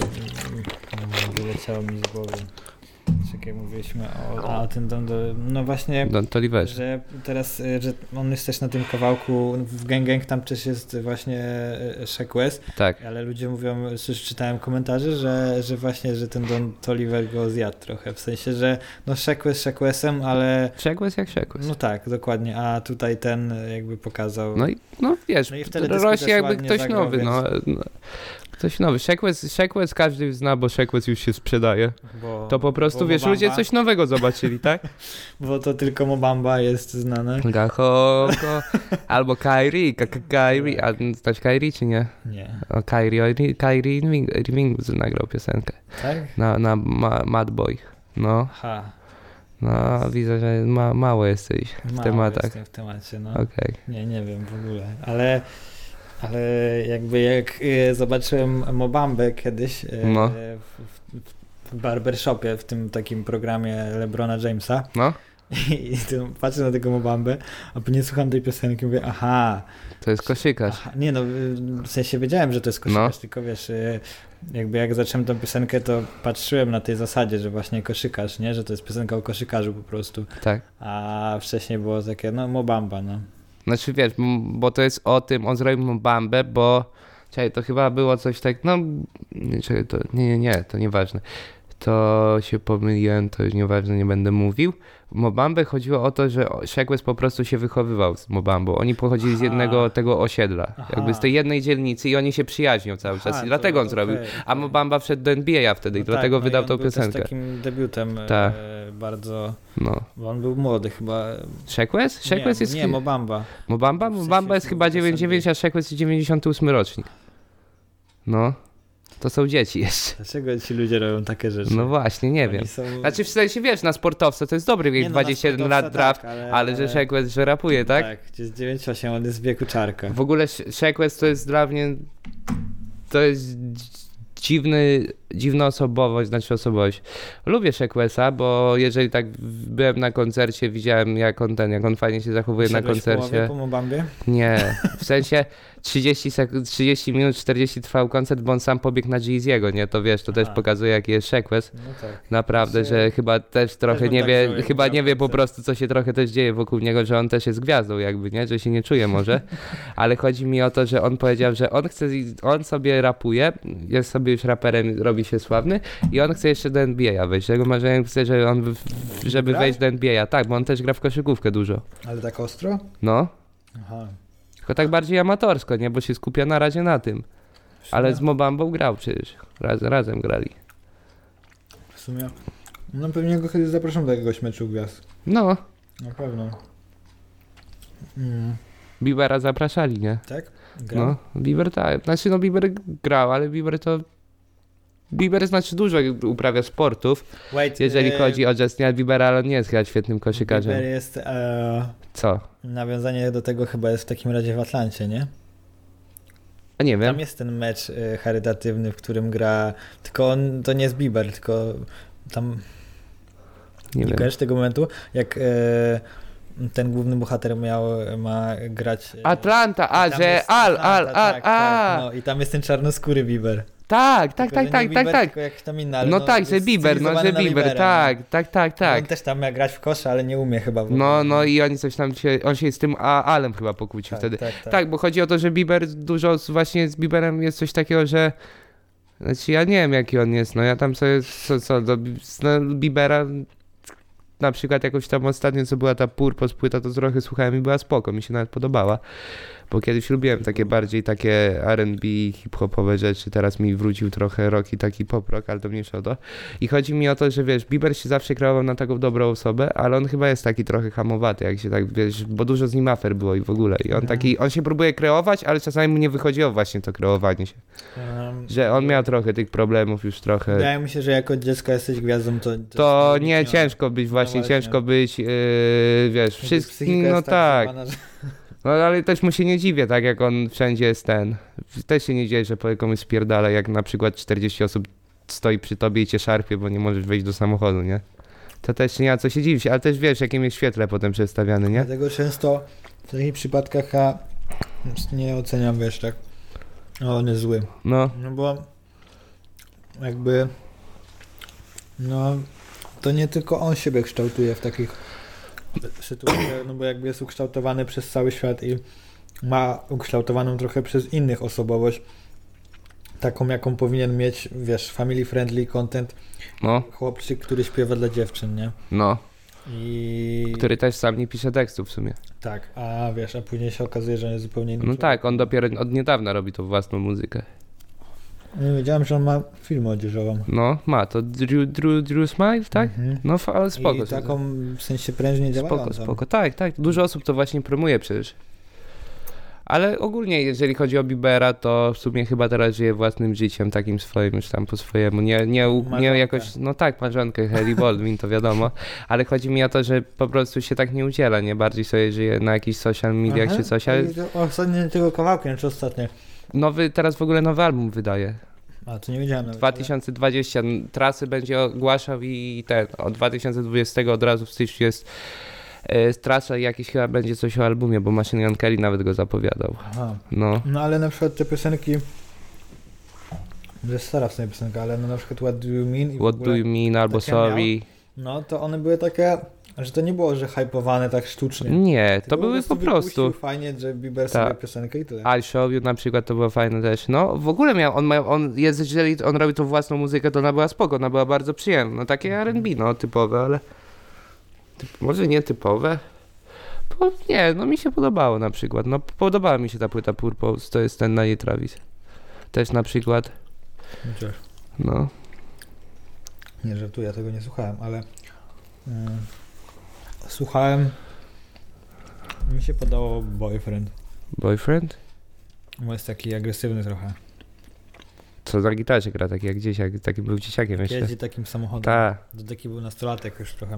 mm, wyleciało mi z głowy. Czekaj, mówiliśmy o, a, o tym dom do, no właśnie, Don Toliverze. że teraz, e, że on jest też na tym kawałku, w Gang Gang tam też jest właśnie e, Shaq West, Tak. ale ludzie mówią, już czytałem komentarze, że, że właśnie, że ten Don Toliver go zjadł trochę, w sensie, że no Shaq West Shaq Westem, ale Shaq jak Shaq no tak, dokładnie, a tutaj ten jakby pokazał. No i no wiesz, No i wtedy dysku rośnie też jakby ładnie ktoś zagrał, nowy, więc- no, no. Ktoś nowy. Shaq West, Shaq West każdy zna, bo Shaq West już się sprzedaje. bo, To po prostu, bo wiesz, Mobamba- ludzie coś nowego zobaczyli, tak? Bo to tylko Mobamba jest znane. Gaho, go. Albo Kyrie, Ka- Ka- Kyrie, a znasz Kyrie czy nie? Nie. O, Kyrie, o, Kyrie Irving, Irving nagrał piosenkę Tak? na, na ma, Mad Boy. No, Ha. no widzę, że ma, mało jesteś w Mało tematach. jestem w temacie, no. Okej. Nie, nie wiem w ogóle, ale ale jakby jak e, zobaczyłem Mobambę kiedyś e, No. w, w, w barbershopie, w tym takim programie LeBrona Jamesa No, i, i tu patrzę na tego Mobambę, a później słucham tej piosenki i mówię, aha, to jest koszykarz. aha, nie no, w sensie wiedziałem, że to jest koszykarz, No. tylko wiesz, e, jakby jak zacząłem tą piosenkę, to patrzyłem na tej zasadzie, że właśnie koszykarz, nie, że to jest piosenka o koszykarzu po prostu, Tak. a wcześniej było takie, no Mobamba, no. Znaczy wiesz, m- bo to jest o tym, on zrobił mu bambę, bo czekaj, to chyba było coś tak, no nie, czekaj, to nie, nie, nie, to nieważne. To się pomyliłem, to już nieważne, nie będę mówił. W Mobambę chodziło o to, że Shaq West po prostu się wychowywał z Mobambą. Oni pochodzili z Aha. jednego tego osiedla, Aha. jakby z tej jednej dzielnicy i oni się przyjaźnią cały czas Aha, i dlatego to- on zrobił. okej, A okej. Mobamba wszedł do N B A wtedy i No dlatego tak, no wydał i tą on był piosenkę. też takim debiutem Tak. e, bardzo, No. bo on był młody chyba. Shaq West? Shaq nie, West jest... nie, Mobamba. Mobamba? w sensie Mobamba jest w chyba piosenki. dziewięćdziesiąt dziewięć, a Shaq West jest dziewięćdziesiąty ósmy rocznik. No. To są dzieci jeszcze. Dlaczego ci ludzie robią takie rzeczy? No właśnie, nie Oni wiem. Są... Znaczy w sensie, wiesz, na sportowca to jest dobry wiek, Nie, no, na dwadzieścia jeden sportowca lat draft, tak, ale, ale że Shaq West, że rapuje, tak? Tak, gdzie jest dziewięć osiem, on jest z wieku czarka. W ogóle Sh- Shaq West to jest dla mnie, to jest dziwny, dziwna osobowość, znaczy osobowość. Lubię Shaq Westa, bo jeżeli tak byłem na koncercie, widziałem jak on ten, jak on fajnie się zachowuje na Szedłeś w połowie koncercie. po Mobambie? Nie, w sensie trzydzieści, sek- trzydzieści minut, czterdzieści trwał koncert, bo on sam pobiegł na Jeezy'ego, nie? To wiesz, to też Aha. pokazuje jaki jest Shaq West. No tak. Naprawdę, Znaczy, że chyba też trochę bym nie tak wie, wziął, jak chyba widział nie wie po koncert. prostu, co się trochę też dzieje wokół niego, że on też jest gwiazdą jakby, nie? Że się nie czuje może. Ale chodzi mi o to, że on powiedział, że on chce, on sobie rapuje, jest sobie już raperem, robi się sławny i on chce jeszcze do N B A wejść. Jego marzeniem chce, że on, w- w- żeby Gra? wejść do N B A. Tak, bo on też gra w koszykówkę dużo. Ale tak ostro? No, Aha. tylko tak bardziej amatorsko, nie? Bo się skupia na razie na tym. W sumie, Ale z Mobambą grał przecież. Raz, razem grali. w sumie No pewnie go kiedyś zapraszam do jakiegoś meczu gwiazd. No, Na pewno. Mm. Biebera zapraszali, nie? Tak? Grał? No, Bieber tak. Znaczy no Bieber grał, ale Bieber to... Bieber znaczy dużo uprawia sportów, Wait, jeżeli e, chodzi o Justina Biebera, ale on nie jest chyba świetnym koszykarzem. Bieber jest... E, Co? nawiązanie do tego chyba jest w takim razie w Atlancie, nie? A nie wiem. Tam jest ten mecz e, charytatywny, w którym gra... Tylko on, to nie jest Bieber, tylko tam... Nie Nie wiem. kojarzysz tego momentu? Jak e, ten główny bohater miał, ma grać... E, Atlanta, a, i tam że jest al, Atlanta, al, al, tak, a. tak, no i tam jest ten czarnoskóry Bieber. Tak, tak, Tylko, tak, że tak, nie tak, Bieber, tak. tylko jakiś tam inny, ale No tak, że jest Bieber, no że stylizowany na Bieber, Biebera, tak, nie? tak, tak, tak. On też tam miał grać w kosze, ale nie umie chyba. w No, ogóle. no i oni coś tam się, on się z tym a, Alem chyba pokłócił tak, wtedy. Tak, tak. Tak, bo chodzi o to, że Bieber dużo z- właśnie z Bieberem jest coś takiego, że znaczy ja nie wiem jaki on jest, no ja tam sobie co, co do Bi- z- no, Biebera na przykład jakoś tam ostatnio co była ta Purpose płyta, to trochę słuchałem i była spoko, mi się nawet podobała, bo kiedyś lubiłem takie bardziej takie R and B, hip-hopowe rzeczy, teraz mi wrócił trochę rock i taki pop-rock, ale to mniejsza o to. I chodzi mi o to, że wiesz, Bieber się zawsze kreował na taką dobrą osobę, ale on chyba jest taki trochę hamowaty, jak się tak, wiesz, bo dużo z nim afer było i w ogóle. I on Mhm. taki, on się próbuje kreować, ale czasami mu nie wychodziło właśnie to kreowanie się. Um, Że on miał trochę tych problemów już trochę. Wydaje mi się, że jako dziecko jesteś gwiazdą, to... To, To jest nie, logicznie. ciężko być właśnie, właśnie. ciężko być, yy, wiesz, Jakby wszystkim, psychika no jest tak. zjebana, że- No ale też mu się nie dziwię, tak jak on wszędzie jest ten. Też się nie dzieje, że po komuś spierdala, jak na przykład czterdzieści osób stoi przy tobie i cię szarpie, bo nie możesz wejść do samochodu, nie? To też nie ma co się dziwić, ale też wiesz, jakim jest świetle potem przedstawiany, nie? Dlatego często w takich przypadkach ja nie oceniam, wiesz, tak? O, on jest zły. No, No bo jakby no to nie tylko on siebie kształtuje w takich sytuacjach, no bo jakby jest ukształtowany przez cały świat i ma ukształtowaną trochę przez innych osobowość, taką jaką powinien mieć, wiesz, family friendly content no, chłopczyk, który śpiewa dla dziewczyn, nie? no. I Który też sam nie pisze tekstów w sumie. tak, a wiesz, a później się okazuje, że on jest zupełnie inny No człowiek. tak, on dopiero od niedawna robi tą własną muzykę. Nie wiedziałem, że on ma firmę odzieżową. No, ma, to Drew, Drew, Drew Smile, tak? Mhm. No, fa- ale spoko. I taką w sensie prężnie działającą. Spoko, spoko. Tak, tak. Dużo osób to właśnie promuje przecież. Ale ogólnie, jeżeli chodzi o Biebera, to w sumie chyba teraz żyje własnym życiem, takim swoim, już tam po swojemu. Nie, nie, u- nie Marzonkę. jakoś, no tak, marzonkę, Hailey Baldwin, to wiadomo. Ale chodzi mi o to, że po prostu się tak nie udziela, nie? Bardziej sobie żyje na jakichś social mediach Aha. czy coś, ale I to Ostatnio tego kawałkiem, czy ostatnio? nowy, teraz w ogóle nowy album wydaje. A, to nie wiedziałem nawet. dwa tysiące dwudziesty trasy będzie ogłaszał i ten, od dwa tysiące dwudziestego od razu w styczniu jest e, trasa i jakiś chyba będzie coś o albumie, bo Machine Gun Kelly nawet go zapowiadał. Aha. No, No ale na przykład te piosenki, to jest stara w sumie piosenka, ale no na przykład What Do You Mean i w What ogóle, Do You Mean albo takie miał? Sorry. no to one były takie, że to nie było, że hypowane tak sztucznie. Nie, to Tylko były po wypuścił prostu. fajnie, że Bieber Tak. sobie piosenkę i tyle. I'll Show You na przykład to było fajne też. No, w ogóle miał, on miał, on jest, jeżeli on robi tą własną muzykę, to ona była spoko, ona była bardzo przyjemna. No takie R and B, no, typowe, ale typ, może nie typowe. Bo, nie, no mi się podobało na przykład. No, podobała mi się ta płyta Purpose, to jest ten na jej Travis. Też na przykład, Chociaż, no. nie żartuję, ja tego nie słuchałem, ale mm, słuchałem, mi się podobał Boyfriend, Boyfriend? bo jest taki agresywny trochę. Co na gitarze gra, taki jak dzieciak, taki był dzieciakiem jeszcze. Jeździ takim samochodem. Tak. To taki był nastolatek już trochę.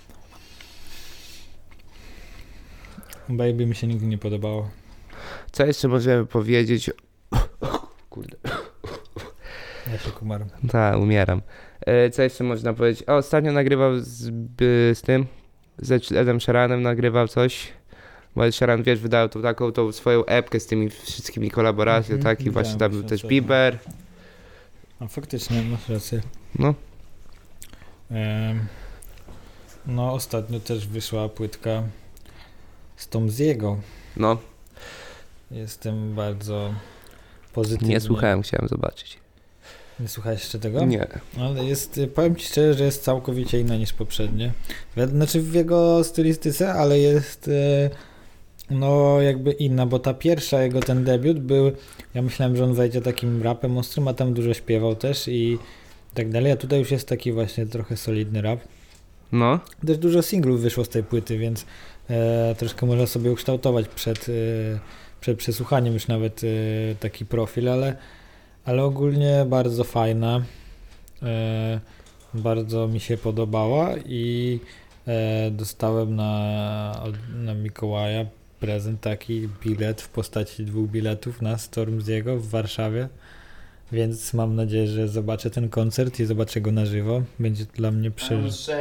Baby mi się nigdy nie podobało. Co jeszcze możemy powiedzieć? Kurde. Ja się kumaram. Tak, umieram. E, co jeszcze można powiedzieć? O, ostatnio nagrywał z, by, z tym, z Edem Sheeranem nagrywał coś. Bo Ed Sheeran, wiesz, wydał tą taką tą swoją epkę z tymi wszystkimi kolaboracjami, Mhm, tak? I właśnie widziałem tam był się też ostatnio. Bieber. A faktycznie, masz rację. No, Em, no ostatnio też wyszła płytka z Tomziego. no, Jestem bardzo pozytywnie. nie słuchałem, chciałem zobaczyć. Nie słuchałeś jeszcze tego? Nie. Ale jest, powiem ci szczerze, że jest całkowicie inna niż poprzednie. Wi- Znaczy w jego stylistyce, ale jest e, no jakby inna, bo ta pierwsza jego ten debiut był, ja myślałem, że on wejdzie takim rapem ostrym, a tam dużo śpiewał też i tak dalej, a tutaj już jest taki właśnie trochę solidny rap. No. Też dużo singlów wyszło z tej płyty, więc e, troszkę można sobie ukształtować przed, e, przed przesłuchaniem już nawet e, taki profil, ale, ale ogólnie bardzo fajna. E, bardzo mi się podobała i e, dostałem na, na Mikołaja prezent, taki bilet w postaci dwóch biletów na Stormzy'ego w Warszawie, więc mam nadzieję, że zobaczę ten koncert i zobaczę go na żywo. Będzie dla mnie przeżycie.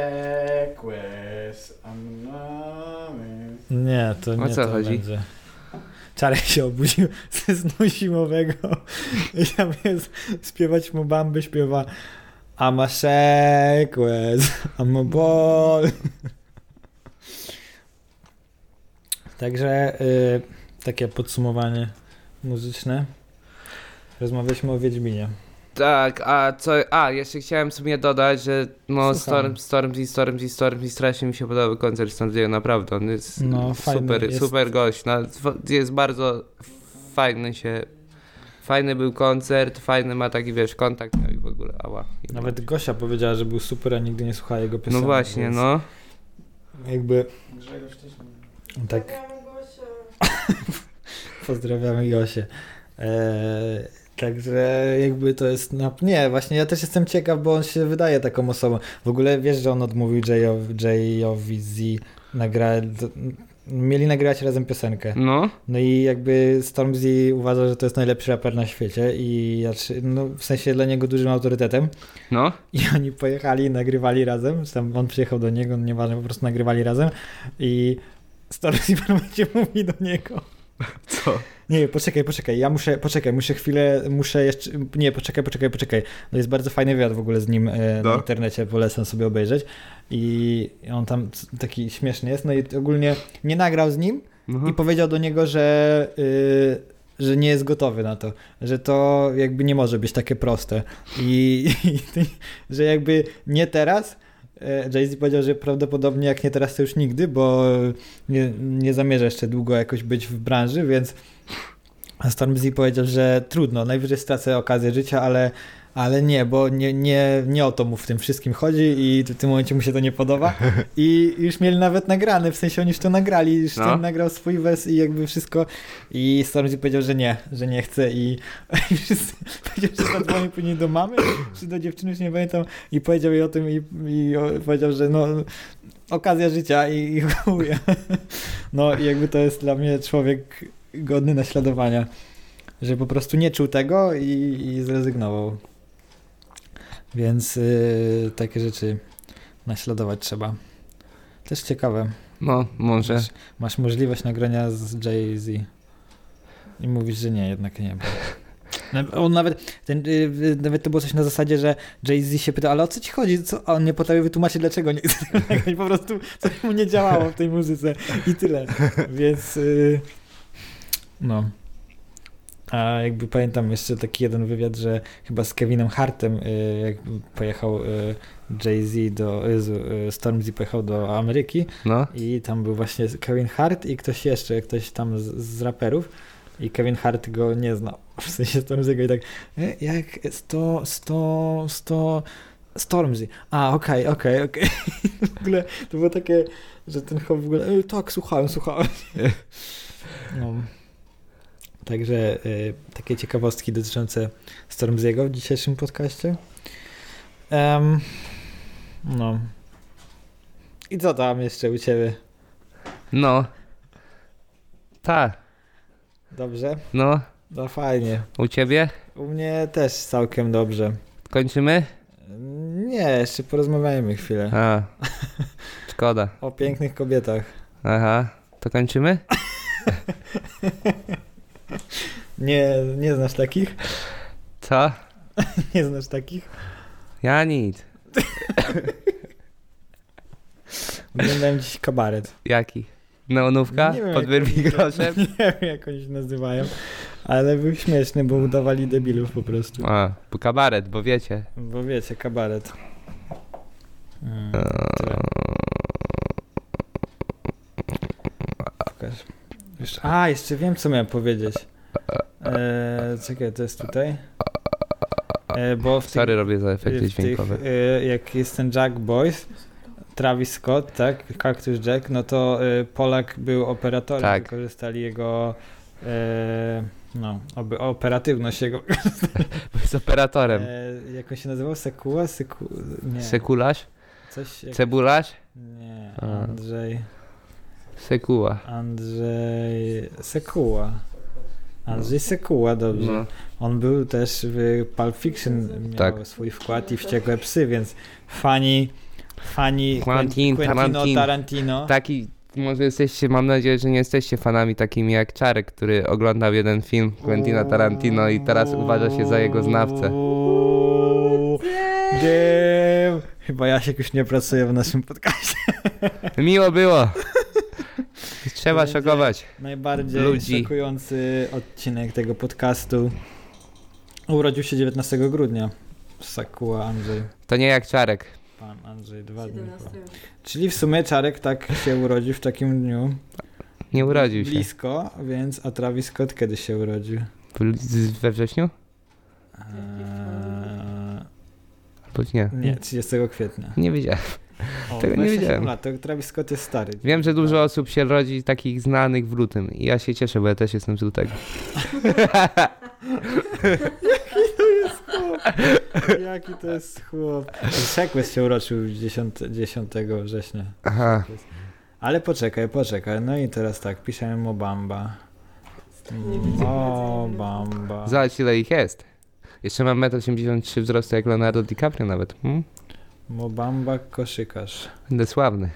Nie, to nie O co to chodzi? będzie. Czarek się obudził ze snu zimowego i zamiast śpiewać mu Bamby śpiewa I'm a sequence, I'm a ball. Także y, takie podsumowanie muzyczne. Rozmawialiśmy o Wiedźminie. Tak, a co, a jeszcze chciałem sobie dodać, że no Słucham. Storm, Stormzy, Stormzy, Stormzy, strasznie mi się podobał koncert Stormzy'ego, naprawdę, on jest No, fajny super, jest. super gość, no, jest bardzo fajny się, fajny był koncert, fajny ma taki, wiesz, kontakt miał i w ogóle, ała. Nawet Gosia powiedziała, że był super, a nigdy nie słuchała jego piosenek. No właśnie, więc no. Jakby tak pozdrawiamy Josię. Eee, także jakby to jest, no, nie, właśnie ja też jestem ciekaw, bo on się wydaje taką osobą. W ogóle wiesz, że on odmówił Jayowi, Jayowi Z nagrać, mieli nagrywać razem piosenkę. No. No i jakby Stormzy uważa, że to jest najlepszy raper na świecie i znaczy, no, w sensie dla niego dużym autorytetem. No. I oni pojechali, nagrywali razem, tam on przyjechał do niego, nieważne, po prostu nagrywali razem i Stormzy będzie mówi do niego. Co? Nie, poczekaj, poczekaj, ja muszę, poczekaj, muszę chwilę, muszę jeszcze, nie, poczekaj, poczekaj, poczekaj. To jest bardzo fajny wywiad w ogóle z nim e, No. na internecie, polecam sobie obejrzeć i on tam taki śmieszny jest, no i ogólnie nie nagrał z nim Mhm. i powiedział do niego, że, y, że nie jest gotowy na to, że to jakby nie może być takie proste i, i że jakby nie teraz. Jay-Z powiedział, że prawdopodobnie jak nie teraz, to już nigdy, bo nie, nie zamierza jeszcze długo jakoś być w branży, więc Stormzy powiedział, że trudno, najwyżej stracę okazję życia, ale, ale nie, bo nie, nie, nie o to mu w tym wszystkim chodzi i w tym momencie mu się to nie podoba i już mieli nawet nagrane, w sensie oni już to nagrali, już No. ten nagrał swój wers i jakby wszystko i Stormzy powiedział, że nie, że nie chce i, i wszyscy powiedział, że zadzwonił później do mamy, czy do dziewczyny, już nie pamiętam i powiedział jej o tym i, i o, powiedział, że no okazja życia i, i chuj. No i jakby to jest dla mnie człowiek godny naśladowania, że po prostu nie czuł tego i, i zrezygnował. Więc yy, takie rzeczy naśladować trzeba. Też ciekawe. No, może. Masz, masz możliwość nagrania z Jay-Z i mówisz, że nie, jednak nie. On nawet, ten, yy, nawet to było coś na zasadzie, że Jay-Z się pyta, ale o co ci chodzi? Co? A on nie potrafił wytłumaczyć, dlaczego nie chce tego nagrać. Po prostu coś mu nie działało w tej muzyce i tyle. Więc yy, no. A jakby pamiętam jeszcze taki jeden wywiad, że chyba z Kevinem Hartem, y, jak pojechał y, Jay-Z do, y, Stormzy pojechał do Ameryki No. i tam był właśnie Kevin Hart i ktoś jeszcze, ktoś tam z, z raperów i Kevin Hart go nie znał. W sensie Stormzy'ego i tak, e, jak sto, sto, sto, Stormzy. A, okej, okay, okej, okay, okej. Okay. W ogóle to było takie, że ten chłop w ogóle, e, tak, słuchałem, słuchałem. No. Także y, takie ciekawostki dotyczące Stormzy'ego w dzisiejszym podcaście. Um, no. I co tam jeszcze u ciebie? No. Tak. Dobrze? No. No fajnie. U ciebie? U mnie też całkiem dobrze. Kończymy? Nie, jeszcze porozmawiajmy chwilę. A. Szkoda. O pięknych kobietach. Aha. To kończymy? Nie, nie znasz takich? Co? Nie znasz takich? Ja nic. Oglądałem dziś kabaret. Jaki? Neonówka? Nie wiem, Pod jak wyrwi oni- groszem? Nie wiem, jak oni się nazywają, ale był śmieszny, bo udawali debilów po prostu. A, bo kabaret, bo wiecie. Bo wiecie, kabaret. Mm, tyle. Pokaż. Jeszcze, a, jeszcze wiem, co miałem powiedzieć. Eee, czekaj, to jest tutaj. E, bo w Sorry, tych, robię za efekty w tych, dźwiękowe. e, jak jest ten Jack Boys, Travis Scott, tak, Cactus Jack, no to e, Polak był operatorem, Tak. wykorzystali jego e, no, oby, operatywność jego. Bo jest operatorem. E, jak on się nazywał? Sekuła? Seku... Nie. Sekularz? Coś jak... Cebularz? Nie, A. Andrzej... Sekuła. Andrzej Sekuła. Andrzej Sekuła, dobrze. No. On był też w Pulp Fiction, miał Tak. swój wkład i Wściekłe Psy, więc fani, fani Quentin Quentino Tarantino. Tarantino. Taki, może jesteście, mam nadzieję, że nie jesteście fanami takimi jak Czarek, który oglądał jeden film Quentina Tarantino i teraz uważa się za jego znawcę. Uuu, damn. Chyba Jasiek już nie pracuje w naszym podcastie. Miło było. Trzeba będzie- szokować. Najbardziej Ludzi. szokujący odcinek tego podcastu. Urodził się dziewiętnastego grudnia. Sekuła Andrzej. To nie jak Czarek. Pan Andrzej, dwa dni po. siedemnastego. Czyli w sumie Czarek tak się urodził w takim dniu. Nie urodził się. Blisko, więc a Travis Scott kiedy się urodził? W- z- We wrześniu? Eee, Albo nie. nie, trzydziestego kwietnia. Nie wiedziałem. O, Tego nie dwadzieścia siedem wiedziałem. lat, to Travis Scott jest stary. Wiem, że dużo osób się rodzi takich znanych w lutym i ja się cieszę, bo ja też jestem z lutego. Jaki to jest chłop. Sequest się uroczył dziesiątego września. Aha. Ale poczekaj, poczekaj. No i teraz tak, piszemy Mobamba. Nie widzę Mobamba. Zobacz ile ich jest. Jeszcze mam metr osiemdziesiąt trzy wzrostu jak Leonardo DiCaprio nawet. Hmm? Mobamba koszykarz. Będę sławny.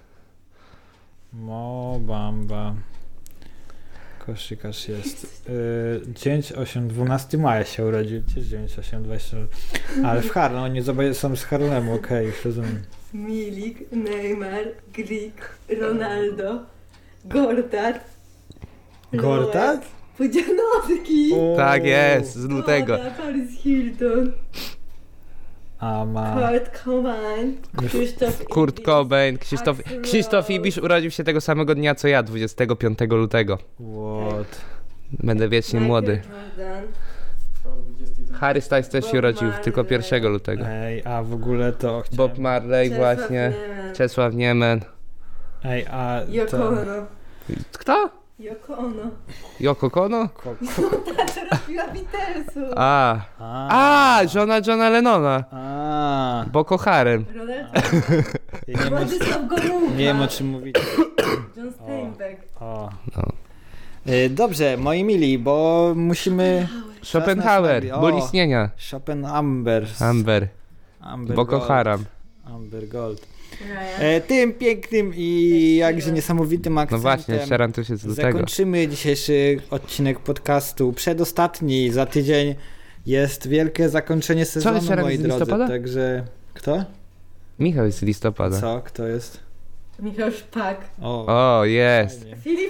Mobamba. Koszykarz jest. Yy, dziewięć osiem, dwunastego maja się urodził. dziewięć osiem, dwadzieścia. Ale w Harlem, oni zobaczą, są z Harlemu, okej, już rozumiem. Milik, Neymar, Grik, Ronaldo, Gortat. Gortat? Pudzianowski. Tak jest, z lutego. Goda, Paris Hilton. A ma... Kurt Cobain. Krzysztof Kurt Ibisz, Cobain, Krzysztof, Axl Krzysztof Rose. Ibisz urodził się tego samego dnia co ja, dwudziestego piątego lutego. What? Będę wiecznie Michael młody. Jordan. Harry Styles też się Bob urodził Marley. tylko pierwszego lutego. Ej, a w ogóle to chciałem... Bob Marley Czesław właśnie, Niemen. Czesław Niemen. Ej, a Yoko to... Ono. Kto? Yoko Ono. Yoko Kono? Ko- Ta, co robiła Beatlesów. A, A, a, żona Johna Lennona. a. Boko Harem. Ronald Ja nie, wiem, o- Władysław Gomułka. nie wiem o czym mówicie. John Steinbeck. O. No. Y, Dobrze, moi mili, bo musimy... Schopenhauer, O. ból istnienia. Schopenhauer. Amber, Amber Boko Gold. Haram. Amber Gold. Ryan. E, tym pięknym i jakże niesamowitym No akcentem właśnie, Sharon też jest z lutego. zakończymy dzisiejszy odcinek podcastu. Przedostatni, za tydzień jest wielkie zakończenie sezonu, Sharon moi jest z drodzy. listopada? Także... Kto? Michał jest z listopada. Co? Kto jest? Michał Szpak. O, O, jest. fajnie. Filip.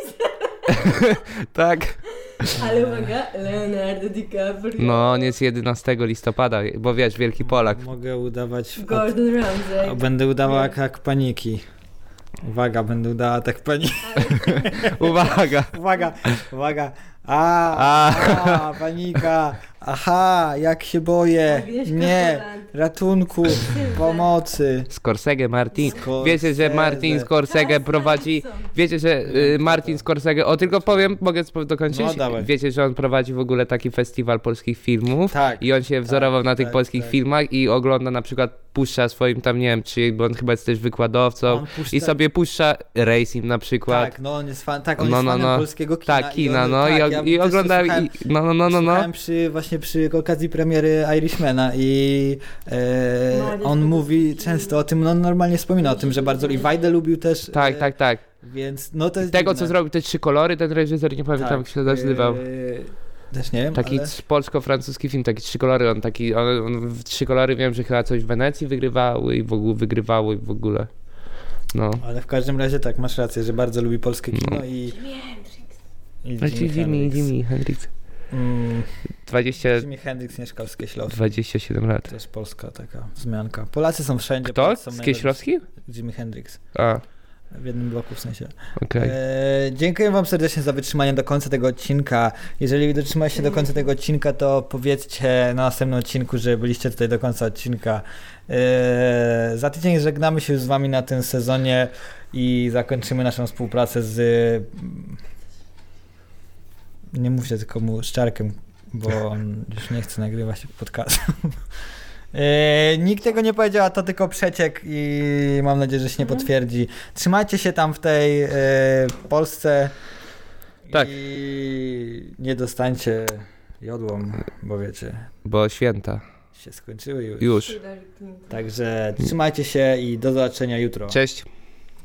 Tak. Ale uwaga, Leonardo DiCaprio. No, on jest jedenastego listopada, bo wiesz, wielki Polak. Mogę udawać... Gordon O, Ramsay. będę udawał Nie. atak paniki. Uwaga, będę udała atak paniki. Uwaga. Uwaga, uwaga. A, A. a, panika. Aha, jak się boję. Agnieszka Nie, Holland. ratunku, pomocy. Scorsese, Martin. Scorsese. Wiecie, że Martin Scorsese Charles prowadzi... Manson. Wiecie, że y, Martin Scorsese... O, tylko powiem, mogę spo- dokończyć? No, dawaj. Wiecie, że on prowadzi w ogóle taki festiwal polskich filmów Tak. i on się wzorował tak, na tych tak, polskich tak. filmach i ogląda na przykład, puszcza swoim tam, nie wiem, czy, bo on chyba jest też wykładowcą On puszcza- i sobie puszcza Racing na przykład. Tak, no on jest fan, tak, on No, jest no, fanem no. polskiego kina. Tak, kina, i on, no tak, i, og- ja i też oglądałem, słuchałem- i, no, no, no, no, no. Słuchałem przy, właśnie przy okazji premiery Irishmana i e, Mariusz on mówi Podolski. często o tym, no on normalnie wspomina o tym, że bardzo i Wajdę lubił też. Tak, e, tak, tak. Więc no to jest Tego, dziwne. co zrobił, te trzy kolory, ten reżyser, nie pamiętam jak się nazywał. e, Też nie wiem, Taki ale... polsko-francuski film, taki trzy kolory, on taki, on, on w trzy kolory wiem, że chyba coś w Wenecji wygrywały i w ogóle wygrywały w ogóle. No. Ale w każdym razie tak, masz rację, że bardzo lubi polskie kino No. i... Jimi Hendrix. i Znaczy Jimi, Hendrix. Jimi Hendrix. Mm, dwadzieścia, Jimi Hendrix, Mieszkowskie Ślowskie. dwadzieścia siedem lat. To jest polska taka wzmianka. Polacy są wszędzie. Kto? Polacy są Z najlepsi. Kieślowski? Jimi Hendrix. A, W jednym bloku w sensie. Okej. E, dziękuję wam serdecznie za wytrzymanie do końca tego odcinka. Jeżeli dotrzymaliście do końca tego odcinka, to powiedzcie na następnym odcinku, że byliście tutaj do końca odcinka. E, za tydzień żegnamy się już z wami na tym sezonie i zakończymy naszą współpracę z... Nie mówcie tylko mu Szczarkiem, bo on już nie chce nagrywać podcastu. Yy, nikt tego nie powiedział, a to tylko przeciek i mam nadzieję, że się nie potwierdzi. Trzymajcie się tam w tej yy, Polsce Tak. i nie dostańcie jodłą, bo wiecie, Bo święta. się skończyły już. Już. Także trzymajcie się i do zobaczenia jutro. Cześć.